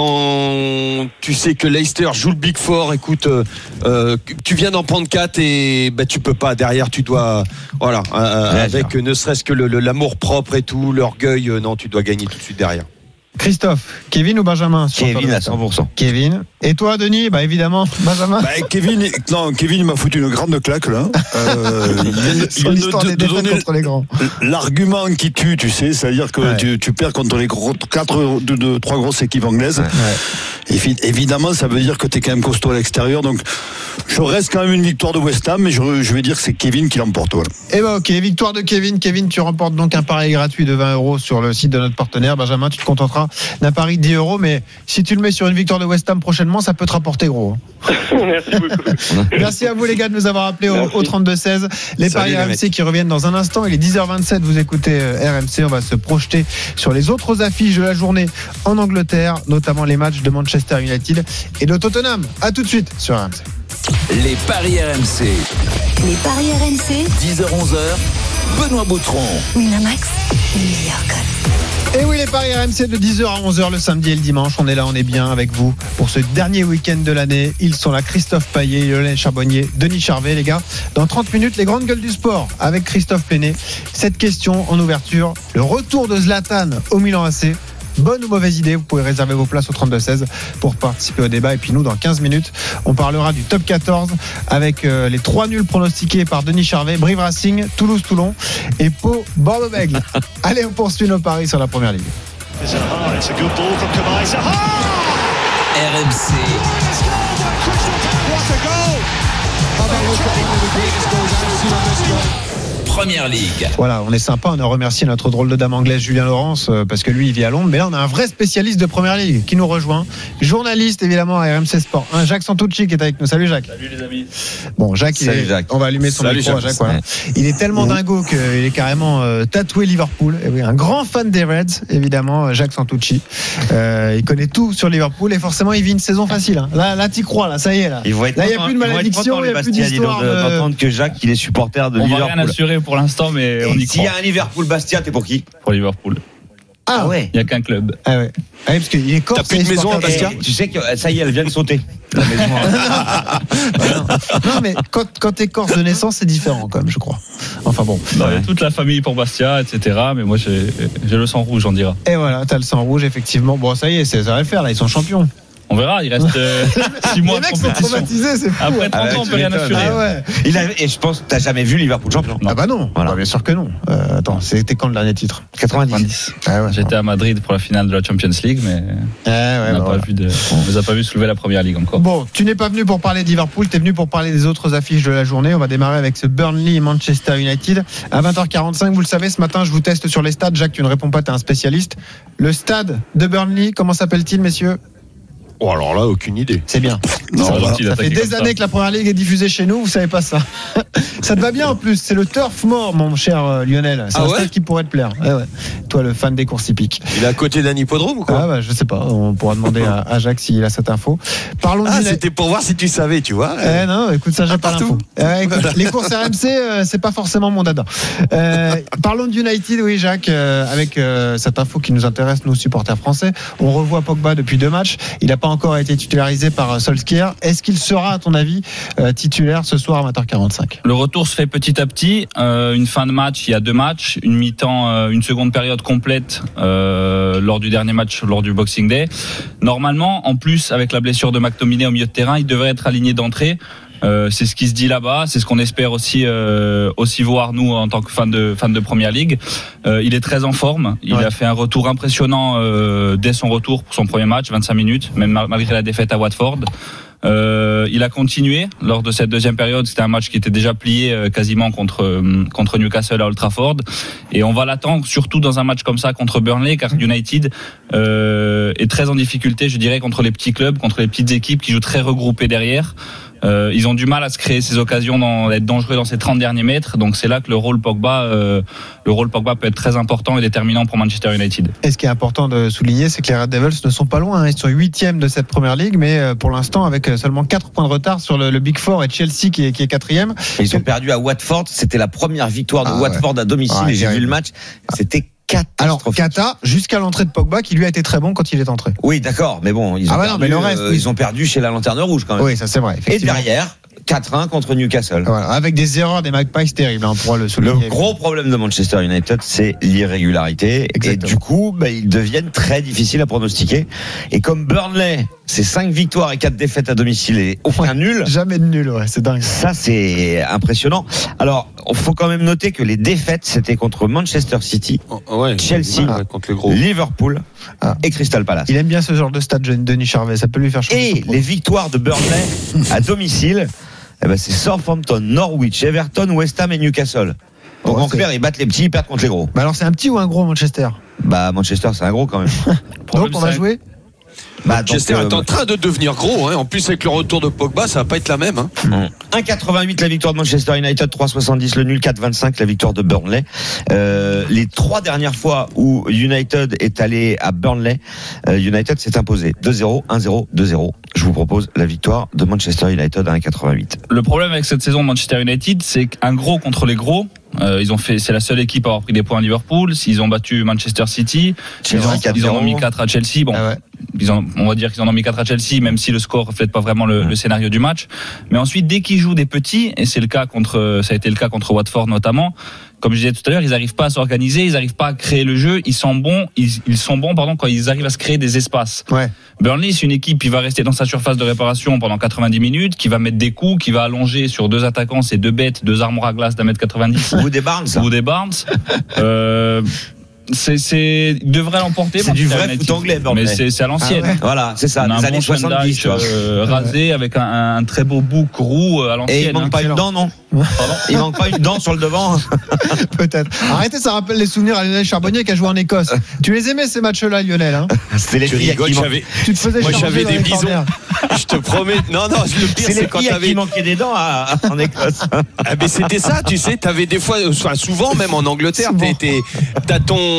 tu sais que Leicester joue le Big Four, écoute, tu viens d'en prendre 4 et tu peux pas, derrière tu dois, avec ne serait-ce que l'amour propre et tout, l'orgueil, non, tu dois gagner tout de suite derrière. Christophe, Kevin ou Benjamin? Kevin à 100%. Kevin. Et toi, Denis? Bah évidemment, Benjamin. Kevin m'a foutu une grande claque là. Sur l'histoire des défaites contre les grands. L'argument qui tue, tu sais, c'est-à-dire que tu perds contre les trois grosses équipes anglaises. Ouais. Évidemment, ça veut dire que tu es quand même costaud à l'extérieur. Donc, je reste quand même une victoire de West Ham, mais je vais dire que c'est Kevin qui l'emporte. Voilà. Et bah ok, victoire de Kevin. Kevin, tu remportes donc un pari gratuit de 20 € sur le site de notre partenaire. Benjamin, tu te contenteras d'un pari de 10 €, mais si tu le mets sur une victoire de West Ham prochainement, ça peut te rapporter gros. Merci beaucoup. Merci à vous les gars de nous avoir appelés au 32-16. Les paris RMC qui reviennent dans un instant. Il est 10h27, vous écoutez RMC. On va se projeter sur les autres affiches de la journée en Angleterre, notamment les matchs de Manchester United et de Tottenham. A tout de suite sur RMC. Les paris RMC. Les paris RMC. 10h-11h. Benoît Boutron. Winamax, les meilleurs codes. Et oui, les paris RMC de 10h à 11h le samedi et le dimanche. On est là, on est bien avec vous pour ce dernier week-end de l'année. Ils sont là, Christophe Payet, Lionel Charbonnier, Denis Charvet, les gars. Dans 30 minutes, les grandes gueules du sport avec Christophe Pénet. Cette question en ouverture, le retour de Zlatan au Milan AC. Bonne ou mauvaise idée? Vous pouvez réserver vos places au 32-16 pour participer au débat. Et puis nous, dans 15 minutes, on parlera du top 14 avec les 3 nuls pronostiqués par Denis Charvet, Brive Racing, Toulouse-Toulon et Pau Bordeaux-Bègles. Allez, on poursuit nos paris sur la première ligue. RMC. Première Ligue. Voilà, on est sympa, on a remercié notre drôle de dame anglaise Julien Laurence parce que lui il vit à Londres, mais là on a un vrai spécialiste de Première Ligue qui nous rejoint, journaliste évidemment à RMC Sport, Jacques Santucci qui est avec nous. Salut Jacques. Salut les amis. Bon Jacques, Jacques. On va allumer son Salut micro à Jacques. Voilà. Il est tellement dingo qu'il est carrément tatoué Liverpool. Et oui, un grand fan des Reds évidemment, Jacques Santucci. Il connaît tout sur Liverpool et forcément il vit une saison facile. Hein. Là t'y crois, là ça y est là. Là il n'y a plus de malédiction, il n'y a plus d'histoire. D'entendre que Jacques il est supporter de Liverpool. On va rien assurer pour l'instant, mais on y croit. S'il y a un Liverpool-Bastia, t'es pour qui? Pour Liverpool. Ah ouais. Il n'y a qu'un club. Ah ouais. Ah oui, parce qu'il est corse. T'as plus de maison à Bastia? Tu sais que ça y est, elle vient de sauter. La maison. Non, mais quand t'es corse de naissance, c'est différent quand même, je crois. Enfin bon. Non, il y a toute la famille pour Bastia, etc. Mais moi, j'ai le sang rouge, on dira. Et voilà, t'as le sang rouge, effectivement. Bon, ça y est, ça va le faire, là, ils sont champions. On verra, il reste 6 mois de compétition. Sont traumatisés, c'est fou. Après 30 ans, on peut rien assurer. Ah ouais. Et je pense que t'as jamais vu Liverpool champion. Ah bah non, voilà. Bien sûr que non. Attends, c'était quand le dernier titre? 90. Ah ouais, j'étais à Madrid pour la finale de la Champions League, mais on ne les a pas vus soulever la première ligue encore. Bon, tu n'es pas venu pour parler de Liverpool, tu es venu pour parler des autres affiches de la journée. On va démarrer avec ce Burnley et Manchester United. À 20h45, vous le savez, ce matin, je vous teste sur les stades. Jacques, tu ne réponds pas, tu es un spécialiste. Le stade de Burnley, comment s'appelle-t-il, messieurs? Oh, alors là, aucune idée. C'est bien. Ça fait des années que la première ligue est diffusée chez nous, vous savez pas ça. Ça te va bien en plus, c'est le Turf Moor, mon cher Lionel. C'est un stade qui pourrait te plaire. Ouais. Toi, le fan des courses hippiques. Il est à côté d'un hippodrome ou quoi? Ah bah, je sais pas, on pourra demander à Jacques s'il a cette info. Parlons c'était pour voir si tu savais, tu vois. Non, écoute, ça j'ai pas l'info. Les courses RMC, c'est pas forcément mon dada. Parlons d'United, oui Jacques, avec cette info qui nous intéresse, nous supporters français. On revoit Pogba depuis 2 matchs. Il n'a pas encore été titularisé par Solskjaer. Est-ce qu'il sera, à ton avis, titulaire ce soir à 20h45? Le retour se fait petit à petit. Une fin de match, il y a 2 matchs. Une mi-temps, une seconde période complète lors du dernier match, lors du Boxing Day. Normalement, en plus, avec la blessure de McTominay au milieu de terrain, il devrait être aligné d'entrée. C'est ce qui se dit là-bas, c'est ce qu'on espère aussi voir nous en tant que fans de Première Ligue. Il est très en forme, il a fait un retour impressionnant dès son retour pour son premier match, 25 minutes, même malgré la défaite à Watford. Il a continué lors de cette deuxième période. C'était un match qui était déjà plié quasiment contre Newcastle à Old Trafford, et on va l'attendre surtout dans un match comme ça contre Burnley, car United est très en difficulté, je dirais, contre les petits clubs, contre les petites équipes qui jouent très regroupées derrière. Ils ont du mal à se créer ces occasions, d'être dangereux dans ces 30 derniers mètres. Donc c'est là que le rôle Pogba peut être très important et déterminant pour Manchester United. Et ce qui est important de souligner, c'est que les Red Devils ne sont pas loin. Ils sont 8e de cette première ligue, mais pour l'instant avec seulement 4 points de retard sur le Big Four et Chelsea qui est 4e. Ils ont perdu à Watford. C'était la première victoire de Watford à domicile. Et j'ai vu le match. C'était catastrophique. Alors, Kata, jusqu'à l'entrée de Pogba, qui lui a été très bon quand il est entré. Oui, d'accord, mais bon, ils ont perdu chez la Lanterne Rouge quand même. Oui, ça c'est vrai. Et derrière, 4-1 contre Newcastle. Voilà, avec des erreurs des Magpies terribles, on pourra le souligner. Le gros problème de Manchester United, c'est l'irrégularité. Exactement. Et du coup, ils deviennent très difficiles à pronostiquer. Et comme Burnley, c'est 5 victoires et 4 défaites à domicile et aucun nul. Jamais de nul, ouais, c'est dingue. Ça, c'est impressionnant. Alors, il faut quand même noter que les défaites, c'était contre Manchester City, Chelsea, contre les gros. Liverpool et Crystal Palace. Il aime bien ce genre de stade, Denis Charvet, ça peut lui faire changer. Et les victoires de Burnley à domicile, c'est Southampton, Norwich, Everton, West Ham et Newcastle. Donc en clair, ils battent les petits, ils perdent contre les gros. Alors c'est un petit ou un gros Manchester? Manchester, c'est un gros quand même. Donc on va jouer Manchester est en train de devenir gros, hein. En plus avec le retour de Pogba, ça va pas être la même, hein. 1,88 la victoire de Manchester United, 3,70 le nul, 4,25 la victoire de Burnley. Les 3 dernières fois où United est allé à Burnley, United s'est imposé 2-0, 1-0, 2-0. Je vous propose la victoire de Manchester United à 1,88. Le problème avec cette saison de Manchester United, c'est qu'un gros contre les gros. C'est la seule équipe à avoir pris des points à Liverpool. Ils ont battu Manchester City. Ils en ont mis 4 à Chelsea. Bon, on va dire qu'ils en ont mis 4 à Chelsea, même si le score reflète pas vraiment le scénario du match. Mais ensuite, dès qu'ils jouent des petits, et ça a été le cas contre Watford notamment, comme je disais tout à l'heure, ils n'arrivent pas à s'organiser, ils n'arrivent pas à créer le jeu. Ils sont bons quand ils arrivent à se créer des espaces. Ouais. Burnley, c'est une équipe qui va rester dans sa surface de réparation pendant 90 minutes, qui va mettre des coups, qui va allonger sur 2 attaquants, c'est 2 bêtes, 2 armoires à glace d'1m90. Ou des Barnes. Il devrait l'emporter. C'est du vrai foot anglais, mais c'est à l'ancienne. Ah ouais. Voilà, c'est ça. On Les a années 70, tu vois. rasé avec un très beau bouc roux à l'ancienne. Et il manque pas une dent, non? Pardon, il manque pas une dent sur le devant. Peut-être. Arrêtez, ça rappelle les souvenirs à Lionel Charbonnier qui a joué en Écosse. Tu les aimais ces matchs-là, Lionel, hein? C'était les filles Tu te faisais charger j'avais dans des les bisons. corners. Je te promets. Non, le pire, c'est quand t'avais. qui manquait des dents en Écosse. Mais c'était ça, tu sais, t'avais des fois, souvent même en Angleterre, t'as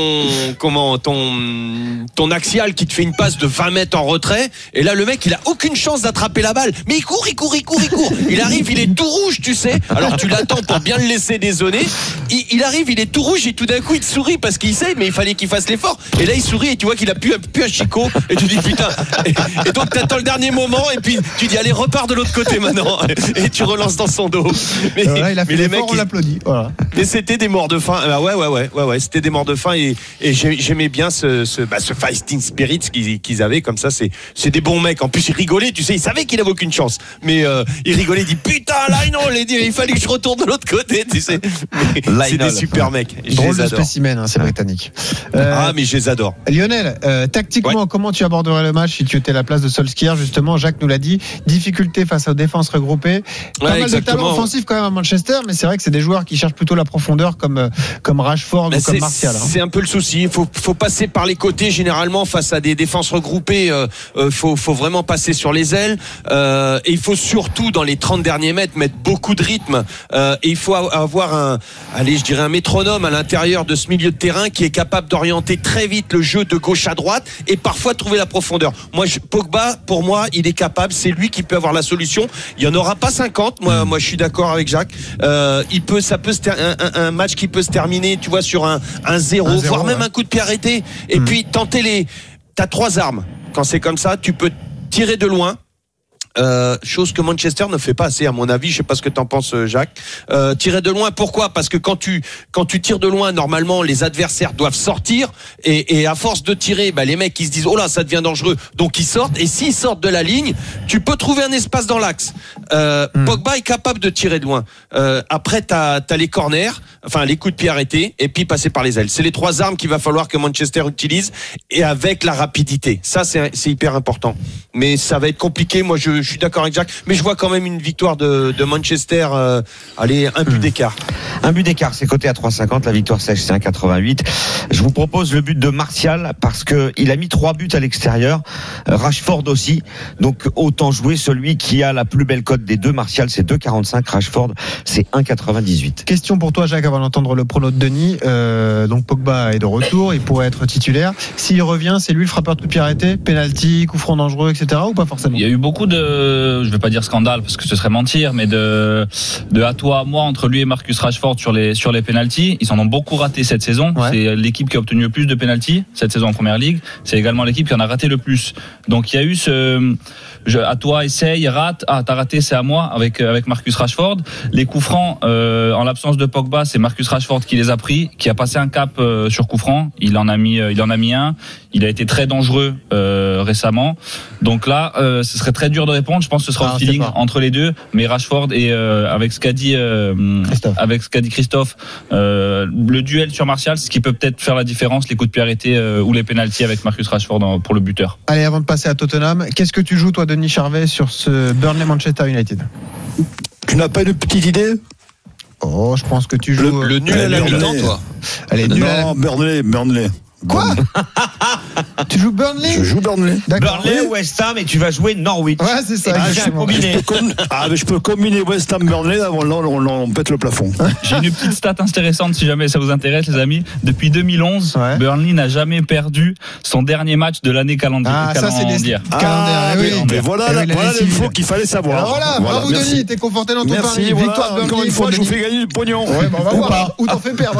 ton axial qui te fait une passe de 20 mètres en retrait, et là le mec il a aucune chance d'attraper la balle, mais il court. Il arrive, il est tout rouge, tu sais. Alors tu l'attends pour bien le laisser dézonner. Il arrive, il est tout rouge et tout d'un coup il te sourit parce qu'il sait, mais il fallait qu'il fasse l'effort. Et là il sourit et tu vois qu'il a plus un chicot et tu dis putain. Et donc t'attends le dernier moment et puis tu dis allez repars de l'autre côté maintenant et tu relances dans son dos. Mais là, il a fait l'effort, on l'applaudit. Voilà. Mais c'était des morts de faim. Ouais, c'était des morts de faim et j'aimais bien ce fighting spirit qu'ils avaient comme ça. C'est des bons mecs. En plus, ils rigolaient. Tu sais, ils savaient qu'il avait aucune chance. Mais ils rigolaient. Ils disaient putain, Lionel, il fallait que je retourne de l'autre côté. Tu sais. C'est des super mecs. Drôle de spécimen, hein, c'est britannique. Mais je les adore. Lionel, tactiquement, comment tu aborderais le match si tu étais à la place de Solskjaer? Justement, Jacques nous l'a dit. Difficulté face aux défenses regroupées. Pas mal de talent offensif quand même à Manchester, mais c'est vrai que c'est des joueurs qui cherchent plutôt la profondeur comme Rashford ou comme Martial. C'est un peu le souci. Il faut passer par les côtés généralement face à des défenses regroupées. Faut vraiment passer sur les ailes. Et il faut surtout dans les 30 derniers mètres mettre beaucoup de rythme. Et il faut avoir un métronome à l'intérieur de ce milieu de terrain qui est capable d'orienter très vite le jeu de gauche à droite et parfois trouver la profondeur. Pogba, pour moi, il est capable. C'est lui qui peut avoir la solution. Il y en aura pas 50. Moi, je suis d'accord avec Jacques. Un match qui peut se terminer, tu vois, sur un 0, voire même un coup de pied arrêté. Et puis tenter t'as 3 armes. Quand c'est comme ça, tu peux tirer de loin. Chose que Manchester ne fait pas assez à mon avis. Je sais pas ce que t'en penses, Jacques. Tirer de loin, pourquoi? Parce que quand tu tires de loin, normalement les adversaires doivent sortir et à force de tirer, les mecs ils se disent oh là ça devient dangereux, donc ils sortent. Et s'ils sortent de la ligne, tu peux trouver un espace dans l'axe. Pogba est capable de tirer de loin. Après t'as les corners, enfin les coups de pied arrêtés, et puis passer par les ailes. C'est les 3 armes qu'il va falloir que Manchester utilise, et avec la rapidité. Ça c'est hyper important. Mais ça va être compliqué. Moi je suis d'accord avec Jacques, mais je vois quand même une victoire de Manchester. Un but d'écart. Un but d'écart, c'est coté à 3,50. La victoire sèche, c'est 1,88. Je vous propose le but de Martial parce que il a mis 3 buts à l'extérieur. Rashford aussi. Donc autant jouer celui qui a la plus belle cote des deux. Martial, c'est 2,45. Rashford, c'est 1,98. Question pour toi, Jacques, avant d'entendre le prono de Denis. Donc Pogba est de retour, il pourrait être titulaire. S'il revient, c'est lui le frappeur de coup de pied arrêté, penalty, coup franc dangereux, etc. ou pas forcément? Il y a eu beaucoup de je vais pas dire scandale parce que ce serait mentir, mais de à toi à moi entre lui et Marcus Rashford sur les pénaltys. Ils en ont beaucoup raté cette saison. Ouais. C'est l'équipe qui a obtenu le plus de pénaltys cette saison en Première Ligue. C'est également l'équipe qui en a raté le plus. Donc il y a eu à toi essaye, rate. Ah, t'as raté, c'est à moi avec Marcus Rashford. Les coups francs, en l'absence de Pogba, c'est Marcus Rashford qui les a pris, qui a passé un cap sur coups francs. Il en a mis un. Il a été très dangereux récemment. Donc là, ce serait très dur de répondre. Je pense que ce sera au feeling entre les deux. Mais Rashford et avec ce qu'a dit Christophe, le duel sur Martial, c'est ce qui peut peut-être faire la différence, les coups de pied arrêtés ou les pénaltys avec Marcus Rashford pour le buteur. Allez, avant de passer à Tottenham, qu'est-ce que tu joues toi, Denis Charvet, sur ce Burnley-Manchester United? Tu n'as pas une petite idée? Oh, je pense que tu joues le nul à la mi-temps, toi. Allez, nul à la... Burnley. Quoi? Tu joues Burnley? Je joue Burnley. D'accord. Burnley, oui. West Ham, et tu vas jouer Norwich. Ouais, c'est ça. Je peux combiner West Ham Burnley. Là, on pète le plafond. J'ai une petite stat intéressante si jamais ça vous intéresse, les amis. Depuis 2011, Burnley n'a jamais perdu son dernier match de l'année calendaire. Ça, c'est des calendaires. Oui. Mais voilà l'info qu'il fallait savoir. Voilà, bravo Denis, t'es conforté dans ton pari. Victoire Burnley. Encore une fois, je vous fais gagner du pognon. Ouais, on va voir. Ou t'en fais perdre.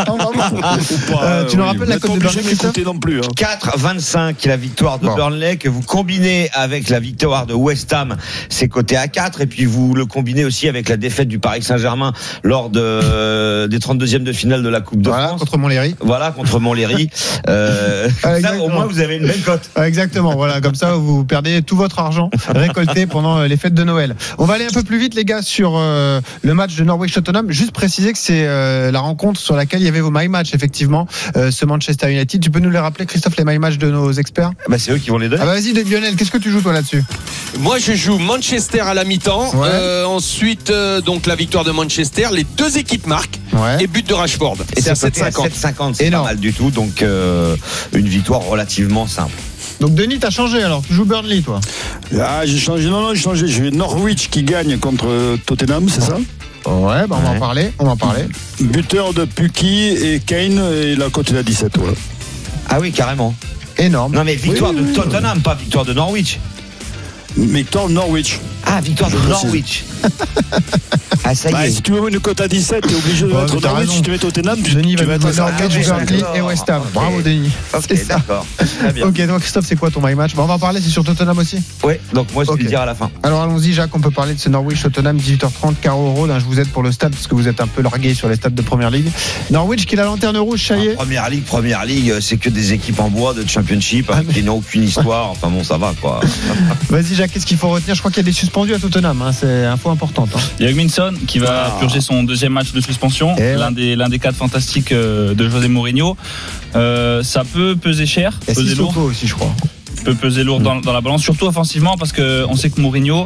Tu nous rappelles la cote de Burnley, non plus. 4,25 la victoire de Burnley, que vous combinez avec la victoire de West Ham, c'est coté à 4, et puis vous le combinez aussi avec la défaite du Paris Saint-Germain lors des 32e de finale de la Coupe de France. Contre Montlhéry. Voilà, contre Montlhéry. Ça, au moins, vous avez une belle cote. Exactement, voilà, comme ça, vous perdez tout votre argent récolté pendant les fêtes de Noël. On va aller un peu plus vite, les gars, sur le match de Norwich-Tottenham. Juste préciser que c'est la rencontre sur laquelle il y avait vos my match, effectivement, ce Manchester United. Tu peux nous les rappeler, Christophe, les my match de nos experts? C'est eux qui vont les donner. Vas-y, Lionel, qu'est-ce que tu joues toi là-dessus? Moi, je joue Manchester à la mi-temps. Ensuite, donc la victoire de Manchester. Les deux équipes marquent et but de Rashford. Et c'est à 7,50. C'est pas mal du tout. Donc une victoire relativement simple. Donc Denis, t'as changé alors? Tu joues Burnley, toi? J'ai changé. Non, j'ai changé. J'ai Norwich qui gagne contre Tottenham, c'est ça? Ouais, on va en parler. Buteur de Pukki et Kane, et la cote est à 17. Ouais. Ah oui, carrément. Énorme. Non, mais victoire de Tottenham, pas victoire de Norwich. Victoire de Norwich. Ah, victoire de Norwich. Ah, ça y est. Si tu veux une cote à 17, t'es obligé de mettre Norwich. Si tu mets Tottenham, Denis tu va mettre Norwich, Burnley et West Ham. Bravo, Denis. Ok, d'accord. Très bien. Ok, donc Christophe, c'est quoi ton my match? On va en parler, c'est sur Tottenham aussi? Oui, donc moi je vais le dire à la fin. Alors allons-y, Jacques, on peut parler de ce Norwich-Tottenham, 18h30, Carreau Road. Je vous aide pour le stade parce que vous êtes un peu largué sur les stades de Première Ligue. Norwich qui est la lanterne rouge, ça y est. Première Ligue, c'est que des équipes en bois de Championship qui n'ont aucune histoire. Enfin bon, ça va quoi. Vas-y, Jacques, qu'est-ce qu'il faut retenir? Je crois qu'il y a des suspendus à Tottenham, c'est info importante. Il y a Hugminson qui va purger son deuxième match de suspension, l'un des 4 fantastiques de José Mourinho. Ça peut peser cher, peser lourd aussi, je crois. Peut peser lourd dans la balance, surtout offensivement, parce que on sait que Mourinho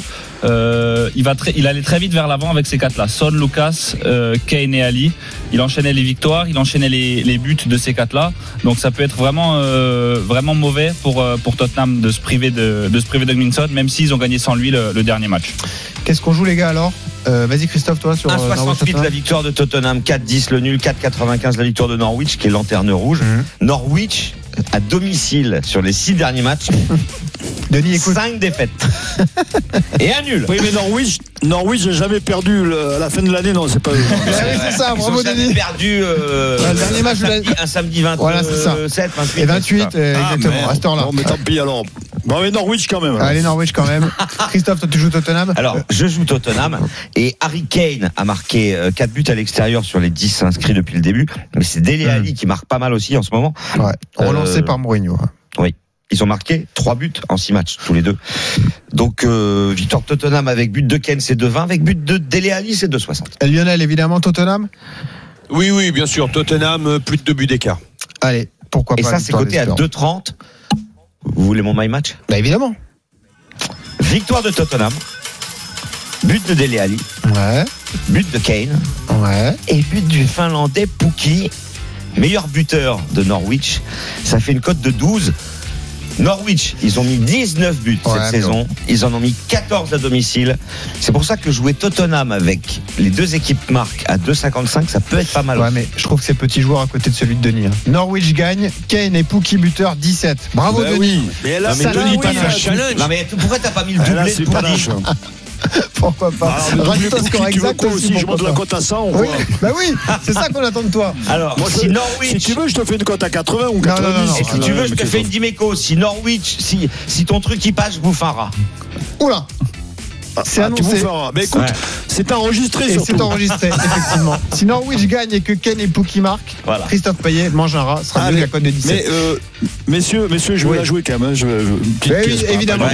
il allait très vite vers l'avant avec ces 4 là, Son, Lucas, Kane et Ali. Il enchaînait les victoires, il enchaînait les buts de ces 4 là, donc ça peut être vraiment mauvais pour Tottenham de se priver d'Hugminson, même s'ils ont gagné sans lui le dernier match. Qu'est-ce qu'on joue, les gars, alors? Vas-y, Christophe, toi, sur 1,68 la victoire de Tottenham, 4,10 le nul, 4,95 la victoire de Norwich qui est lanterne rouge. Norwich à domicile sur les 6 derniers matchs. Denis, écoute. 5 défaites et un nul. Oui, mais Norwich n'a jamais perdu à la fin de l'année. Non, c'est pas. C'est ça, bravo Denis. Ils ont perdu le dernier match un samedi 27, voilà, c'est ça. 28 et 28 exactement à cette heure-là. Bon, mais tant pis alors. Bon, mais Norwich quand même. Allez, Norwich quand même. Christophe, toi tu joues Tottenham? Alors, je joue Tottenham et Harry Kane a marqué 4 buts à l'extérieur sur les 10 inscrits depuis le début. Mais c'est Dele Alli qui marque pas mal aussi en ce moment. Ouais, relancé par Mourinho. Oui. Ils ont marqué 3 buts en 6 matchs, tous les deux. Donc, victoire de Tottenham avec but de Kane, c'est 2,20. Avec but de Dele Alli, c'est 2,60. Et Lionel, évidemment, Tottenham? Oui, bien sûr. Tottenham, plus de 2 buts d'écart. Allez, pourquoi pas. Et ça, c'est coté à 2,30. Vous voulez mon my match? Évidemment. Victoire de Tottenham. But de Dele Alli. Ouais. But de Kane. Ouais. Et but du Finlandais Pukki. Meilleur buteur de Norwich. Ça fait une cote de 12. Norwich, ils ont mis 19 buts cette saison. Ils en ont mis 14 à domicile. C'est pour ça que jouer Tottenham avec les deux équipes marques à 2,55, ça peut être pas mal. Ouais, mais je trouve que c'est petit joueur à côté de celui de Denis. Norwich gagne, Kane et Pookie buteur 17. Bravo Denis. Oui. Mais là, Denis, t'as fait un challenge. Non mais pourquoi t'as pas mis le doublé de Pookie? Pourquoi pas? Rate-toi score exact aussi. Je monte la cote à 100. Oui, bah oui, c'est ça qu'on attend de toi. Alors, moi, si tu veux, je te fais une cote à 80 ou 90. Et si tu veux, je te fais une Dimeco. Si Norwich, si ton truc y passe, je bouffe un rat. Oula. C'est annoncé. Mais écoute, c'est enregistré. Et c'est enregistré, effectivement. Si Norwich gagne et que Ken et Pookie marquent, Christophe Payet mange un rat, sera mieux que la cote de 17. Mais messieurs, je vais la jouer quand même. Évidemment.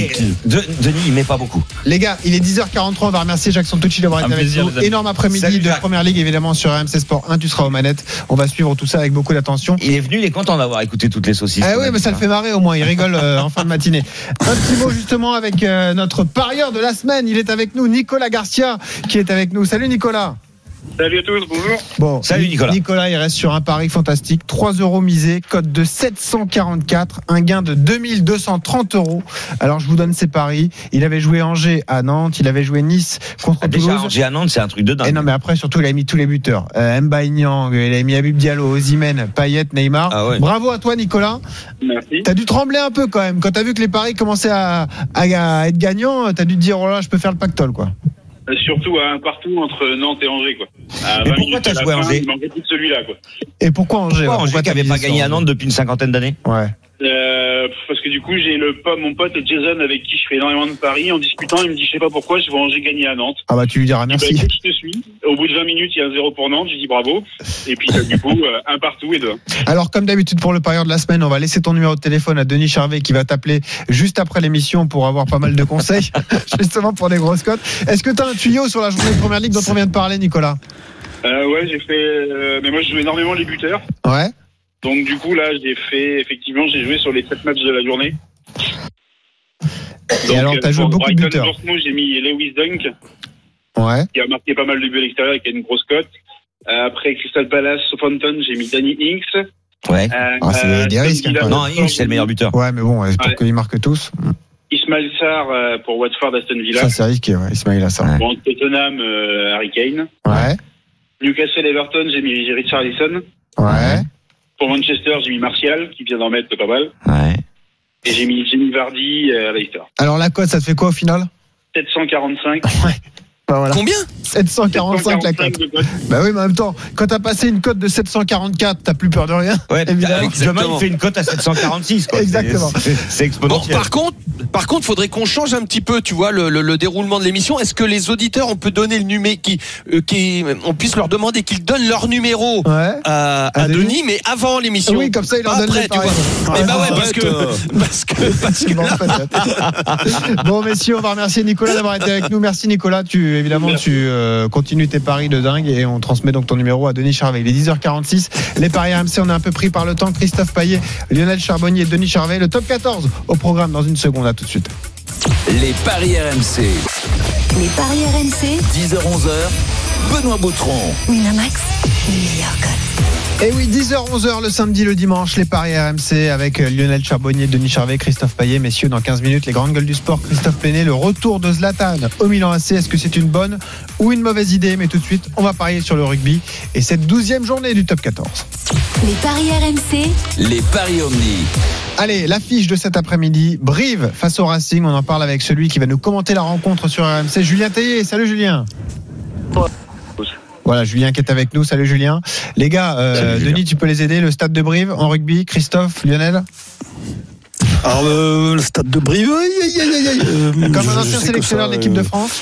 Denis, il met pas beaucoup. Les gars, il est 10h43. On va remercier Jacques Santucci d'avoir été avec nous. Énorme après-midi de Première Ligue, évidemment, sur RMC Sport 1. Tu seras aux manettes. On va suivre tout ça avec beaucoup d'attention. Il est venu, il est content d'avoir écouté toutes les saucisses. Ah oui, mais ça le fait marrer au moins. Il rigole en fin de matinée. Un petit mot justement avec notre parieur de la semaine. Il est avec nous, Nicolas Garcia, qui est avec nous. Salut Nicolas. Salut à tous, bonjour. Bon, salut Nicolas. Nicolas, il reste sur un pari fantastique. 3 € misés, cote de 744, un gain de 2230 €. Alors je vous donne ses paris. Il avait joué Angers à Nantes, il avait joué Nice contre Toulouse. Déjà Angers à Nantes, c'est un truc de dingue. Et non, mais après surtout il a mis tous les buteurs. Mbaye Niang, il a mis Habib Diallo, Osimhen, Payet, Neymar. Ah ouais. Bravo à toi Nicolas. Merci. T'as dû trembler un peu quand même. Quand t'as vu que les paris commençaient à être gagnants, t'as dû te dire oh là, je peux faire le pactole quoi. Surtout à un partout entre Nantes et Angers quoi. Et pourquoi t'as joué Angers? Il manquait plus de celui-là quoi. Et pourquoi Angers? Angers qui n'avait pas gagné à Nantes depuis une cinquantaine d'années? Ouais. Parce que du coup j'ai mon pote Jason avec qui je fais énormément de paris. En discutant il me dit je sais pas pourquoi je vois Angers gagner à Nantes. Ah bah tu lui diras merci. Écoute, je te suis. Au bout de 20 minutes il y a un 0 pour Nantes. J'ai dit bravo. Et puis du coup un partout et 2. Alors comme d'habitude pour le parieur de la semaine, on va laisser ton numéro de téléphone à Denis Charvet qui va t'appeler juste après l'émission pour avoir pas mal de conseils justement pour des grosses cotes. Est-ce que tu as un tuyau sur la journée de Première Ligue dont on vient de parler Nicolas? Ouais j'ai fait mais moi je joue énormément les buteurs. Ouais. Donc du coup là j'ai joué sur les 7 matchs de la journée. Et donc, alors t'as joué beaucoup de buteurs. J'ai mis Lewis Dunk. Ouais. Qui a marqué pas mal de buts à l'extérieur et qui a une grosse cote. Après Crystal Palace, Southampton, j'ai mis Danny Ings. Ouais. C'est des risques. Non, Ings c'est le meilleur buteur. Ouais, mais bon, pour qu'ils marquent tous. Ismail Sarr pour Watford, Aston Villa. Ça c'est risqué, ouais. Ismail Sarr. Ouais. Bon, Tottenham, Harry Kane. Ouais. Newcastle, Everton, j'ai mis Richarlison. Ouais. Pour Manchester, j'ai mis Martial, qui vient d'en mettre pas mal. Ouais. Et j'ai mis Jamie Vardy à Leicester. Alors la cote, ça te fait quoi au final? 745. Ouais. Bah voilà. Combien? 745 la cote. Bah oui, mais en même temps, quand t'as passé une cote de 744, t'as plus peur de rien. Ouais, évidemment. Demain, il fait une cote à 746. Quoi. Exactement. C'est exponentiel. Bon, par contre, faudrait qu'on change un petit peu, tu vois, le déroulement de l'émission. Est-ce que les auditeurs, on peut donner le numéro, on puisse leur demander qu'ils donnent leur numéro à Denis, mais avant l'émission. Oui, comme ça, il leur donne après, les tu vois. Mais bah ouais, parce que là... Bon, messieurs, on va remercier Nicolas d'avoir été avec nous. Merci Nicolas. Évidemment, tu continues tes paris de dingue et on transmet donc ton numéro à Denis Charvet. Il est 10h46. Les paris RMC, on est un peu pris par le temps. Christophe Payet, Lionel Charbonnier, Denis Charvet. Le top 14 au programme dans une seconde. À tout de suite. Les paris RMC. Les paris RMC. 10h-11h. Benoît Boutron. Winamax, les meilleurs cotes. Et oui, 10h-11h le samedi, le dimanche, les paris RMC avec Lionel Charbonnier, Denis Charvet, Christophe Payet. Messieurs, dans 15 minutes, les grandes gueules du sport. Christophe Payet, le retour de Zlatan au Milan AC. Est-ce que c'est une bonne ou une mauvaise idée? Mais tout de suite, on va parier sur le rugby et cette 12e journée du top 14. Les paris RMC. Les paris Omni. Allez, l'affiche de cet après-midi, Brive face au Racing. On en parle avec celui qui va nous commenter la rencontre sur RMC, Julien Théier. Salut Julien. Voilà, Julien qui est avec nous. Salut Julien. Les gars, Denis, tu peux les aider? Le stade de Brive en rugby, Christophe, Lionel? Alors, le stade de Brive, comme un ancien sélectionneur de l'équipe de France.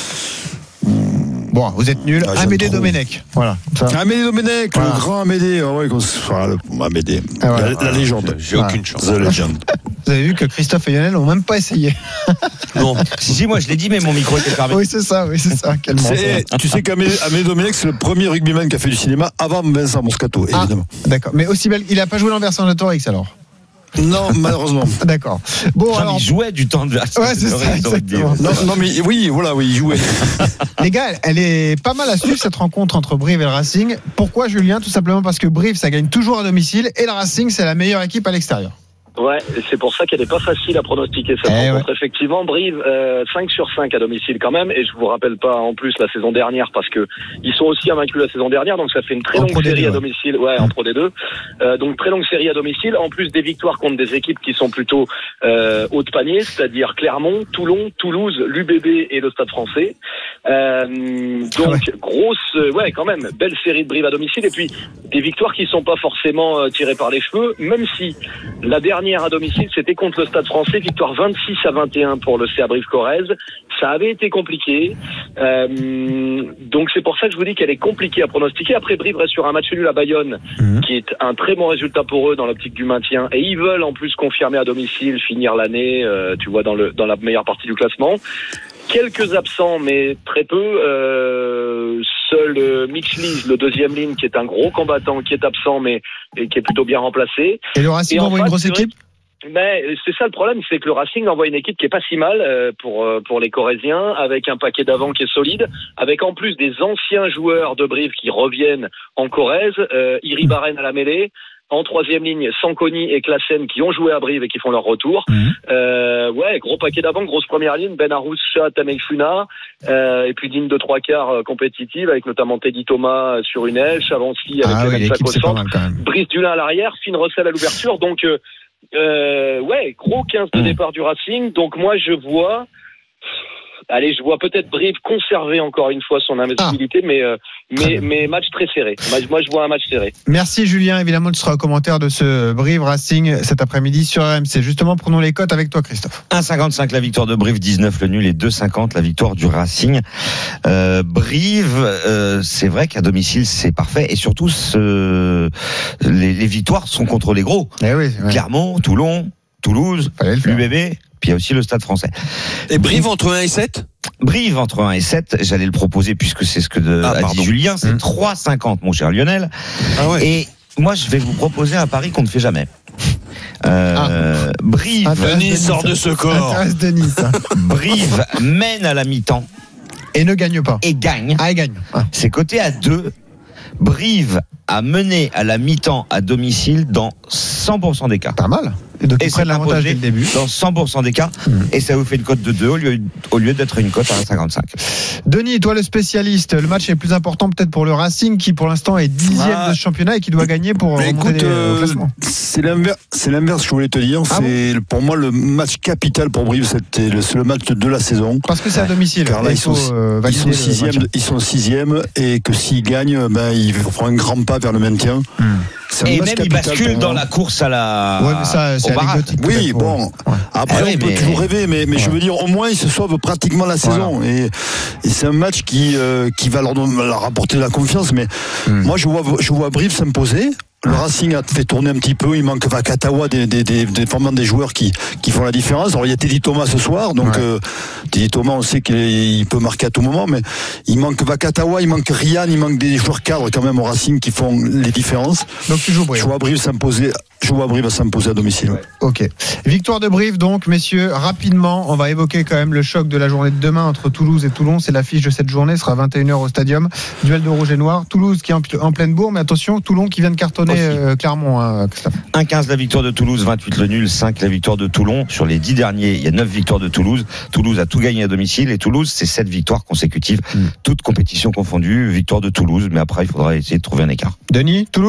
Bon, vous êtes nuls. Amédée Domenech. Voilà. Amédée Domenech, voilà. Le grand Amédée. Amédée. La légende. J'ai aucune chance. The Legend. Vous avez vu que Christophe et Lionel n'ont même pas essayé. Non. Si, moi je l'ai dit, mais mon micro était fermé. Oui, c'est ça. Quel tu sais qu'Amédée Domenech, c'est le premier rugbyman qui a fait du cinéma avant Vincent Moscato, évidemment. D'accord. Mais aussi belle, il n'a pas joué dans Vercingétorix alors? Non, malheureusement. D'accord. Bon, alors. Il jouait du temps de. Ouais, c'est ça, exactement. Non, mais oui, il jouait. Les gars, elle est pas mal à suivre cette rencontre entre Brive et le Racing. Pourquoi, Julien? Tout simplement parce que Brive, ça gagne toujours à domicile et le Racing, c'est la meilleure équipe à l'extérieur. Ouais, c'est pour ça qu'elle n'est pas facile à pronostiquer cette rencontre. Effectivement, Brive, 5 sur 5 à domicile quand même, et je vous rappelle pas en plus la saison dernière, parce que ils sont aussi invaincus la saison dernière, donc ça fait une très longue série à domicile, en Pro D2, donc très longue série à domicile, en plus des victoires contre des équipes qui sont plutôt haut de panier, c'est-à-dire Clermont, Toulon, Toulouse, l'UBB et le Stade Français. Donc grosse, quand même, belle série de Brive à domicile, et puis des victoires qui sont pas forcément tirées par les cheveux, même si la dernière à domicile, c'était contre le Stade Français, victoire 26-21 pour le CA Brive-Corrèze. Ça avait été compliqué. Donc c'est pour ça que je vous dis qu'elle est compliquée à pronostiquer. Après, Brive reste sur un match nul à Bayonne, qui est un très bon résultat pour eux dans l'optique du maintien. Et ils veulent en plus confirmer à domicile, finir l'année, tu vois, dans la meilleure partie du classement. Quelques absents, mais très peu. Seul Mitch Lees, le deuxième ligne, qui est un gros combattant, qui est absent, mais qui est plutôt bien remplacé. Et le Racing envoie une grosse équipe? Mais c'est ça le problème, c'est que le Racing envoie une équipe qui est pas si mal pour les Corréziens, avec un paquet d'avant qui est solide, avec en plus des anciens joueurs de Brive qui reviennent en Corrèze, Iribarren à la mêlée. En troisième ligne, Sanconi et Classen qui ont joué à Brive et qui font leur retour. Gros paquet d'avant, grosse première ligne, Ben Arous, Chat, Tamel Funa, et puis ligne de 3/4 compétitive avec notamment Teddy Thomas sur une aile, Chavancy avec les Sac au centre, Brice Dulin à l'arrière, Finn Russell à l'ouverture. Donc, gros 15 de départ du Racing. Donc moi, je vois peut-être Brive conserver encore une fois son invincibilité, mais match très serré. Moi, je vois un match serré. Merci Julien. Évidemment, tu seras au commentaire de ce Brive Racing cet après-midi sur RMC. Justement, prenons les cotes avec toi, Christophe. 1,55 la victoire de Brive, 19 le nul et 2,50 la victoire du Racing. Brive, c'est vrai qu'à domicile, c'est parfait. Et surtout, les victoires sont contre les gros. Clermont, Toulon, Toulouse, l'UBB. Puis il y a aussi le Stade Français. Et Brive entre 1 et 7 ? Brive entre 1 et 7, j'allais le proposer puisque c'est ce que a dit Julien, c'est 3,50 mon cher Lionel. Et moi je vais vous proposer un pari qu'on ne fait jamais. Brive, Denis sort de ce corps. Brive mène à la mi-temps et ne gagne pas. Et gagne. Il gagne. C'est coté à 2. Brive a mené à la mi-temps à domicile dans 100% des cas. Pas mal. Et donc ils prennent l'avantage dès le début. Dans 100% des cas. Et ça vous fait une cote de 2 au lieu d'être une cote à 1,55. Denis, toi le spécialiste, le match est plus important peut-être pour le Racing qui pour l'instant est 10e de ce championnat et qui doit gagner pour remonter au classement. C'est l'inverse que je voulais te dire. Pour moi le match capital pour Brive, c'est le match de la saison. Parce que c'est à domicile. Car là, ils sont 6e et que s'ils gagnent, ils feront un grand pas vers le maintien. Et même ils basculent dans la course à la. Ouais, mais ça, c'est anecdotique. Oui, bon. Après, on peut toujours rêver, mais je veux dire, au moins, ils se sauvent pratiquement la saison. Et c'est un match qui va leur rapporter de la confiance. Mais moi, je vois Brive s'imposer. Le Racing a fait tourner un petit peu. Il manque Vakatawa, vraiment des joueurs qui font la différence. Alors il y a Teddy Thomas ce soir, donc Teddy Thomas, on sait qu'il peut marquer à tout moment, mais il manque Vakatawa, il manque Ryan, il manque des joueurs cadres quand même au Racing qui font les différences. Donc tu joues Brive. Je vois Brive s'imposer. Je vois Brive s'imposer à domicile. Ok. Victoire de Brive donc, messieurs, rapidement, on va évoquer quand même le choc de la journée de demain entre Toulouse et Toulon. C'est l'affiche de cette journée, ce sera 21h au Stadium. Duel de rouge et noir. Toulouse qui est en pleine bourre, mais attention, Toulon qui vient de cartonner Clermont, Christophe. 1,15 la victoire de Toulouse, 28 le nul, 5 la victoire de Toulon. Sur les 10 derniers, il y a 9 victoires de Toulouse. Toulouse a tout gagné à domicile et Toulouse, c'est 7 victoires consécutives, toutes compétitions confondues. Victoire de Toulouse, mais après, il faudra essayer de trouver un écart. Denis, Toulouse ?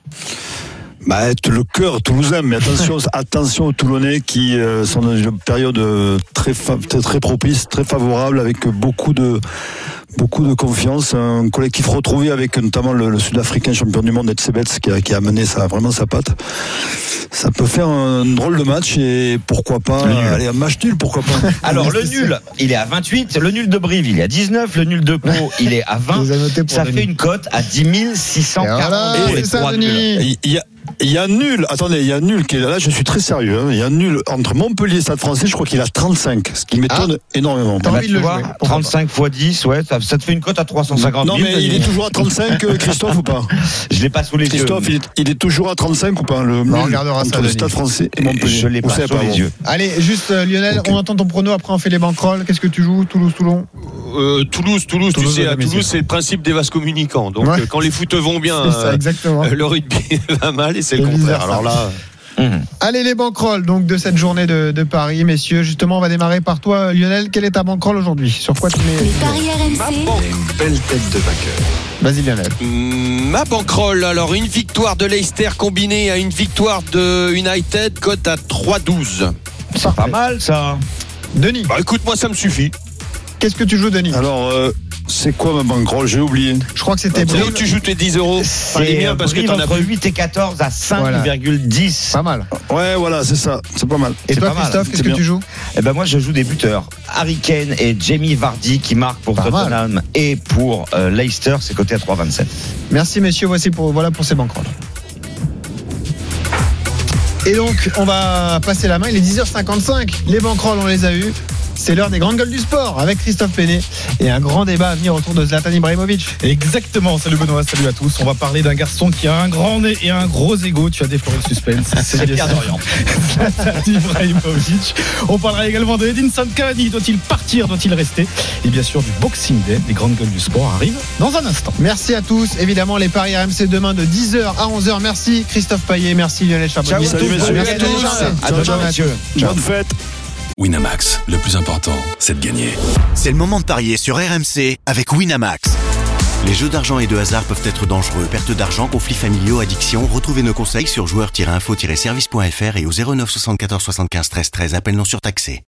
Le cœur toulousain, mais attention aux Toulonnais qui sont dans une période très propice, très favorable, avec beaucoup de confiance, un collectif retrouvé avec notamment le Sud-Africain champion du monde Etsebets qui a amené vraiment sa patte. Ça peut faire un drôle de match et pourquoi pas un match nul, pourquoi pas. Alors le nul, il est à 28, le nul de Brive, il est à 19, le nul de Pau, il est à 20. Ça fait une cote à 10 640 pour les 3 nuls. Il y a un nul, attendez, il y a un nul qui est là, je suis très sérieux, il y a un nul entre Montpellier et Stade Français, je crois qu'il a 35, ce qui m'étonne énormément. Tu vois, 35 x 10, ça te fait une cote à 350 000. Non, mais il est toujours à 35, Christophe, ou pas? Je l'ai pas sous les yeux. Christophe, il est toujours à 35 ou pas? On regardera ça, le Stade Français et Montpellier. Je l'ai pas sous les yeux. Allez, juste Lionel, on entend ton prono, après on fait les banquerolles. Qu'est-ce que tu joues? Toulouse, Toulouse, tu sais, à Toulouse, c'est le principe des vases communicants. Donc, quand les footeux vont bien, ça, exactement. Le rugby va mal et c'est le contraire. Alors là. Allez, les banquerolles donc de cette journée de Paris, messieurs. Justement, on va démarrer par toi, Lionel. Quelle est ta banquerolle aujourd'hui? Sur quoi tu mets? Les paris RMC. Une belle tête de vainqueur. Vas-y, Lionel. Ma banquerolle, alors une victoire de Leicester combinée à une victoire de United, cote à 3,12. C'est pas mal ça. Denis. Bah écoute, moi ça me suffit. Qu'est-ce que tu joues, Denis? Alors, c'est quoi ma banquerolle? J'ai oublié. Je crois que c'était Là où tu joues tes 10 euros. C'est les miens, parce que t'en as entre plus. 8 et 14 à 5,10. Pas mal. Ouais, voilà, c'est ça. C'est pas mal. Et toi, pas mal. Christophe, qu'est-ce C'est que bien. tu joues? Eh ben moi je joue des buteurs. Harry Kane et Jamie Vardy qui marquent pour Pas Tottenham et pour Leicester, c'est coté à 3,27. Merci, messieurs. Voilà pour ces banquerolles. Et donc, on va passer la main. Il est 10h55. Les banquerolles, on les a eues. C'est l'heure des grandes gueules du sport avec Christophe Pénet et un grand débat à venir autour de Zlatan Ibrahimovic. Exactement, salut Benoît, salut à tous. On va parler d'un garçon qui a un grand nez et un gros ego. Tu as défloré le suspense. C'est Pierre Dorian. Zlatan Ibrahimovic. On parlera également de Edinson Cavani. Doit-il partir? Doit-il rester? Et bien sûr du Boxing Day. Les grandes gueules du sport arrivent dans un instant. Merci à tous. Évidemment, les paris RMC demain de 10h à 11h. Merci Christophe Payet, merci Lionel Charbonnier. Salut, messieurs. Merci À tous. À demain, messieurs. Bonne fête. Winamax, le plus important, c'est de gagner. C'est le moment de parier sur RMC avec Winamax. Les jeux d'argent et de hasard peuvent être dangereux. Perte d'argent, conflits familiaux, addiction. Retrouvez nos conseils sur joueurs-info-service.fr et au 09 74 75 13 13. Appel non surtaxé.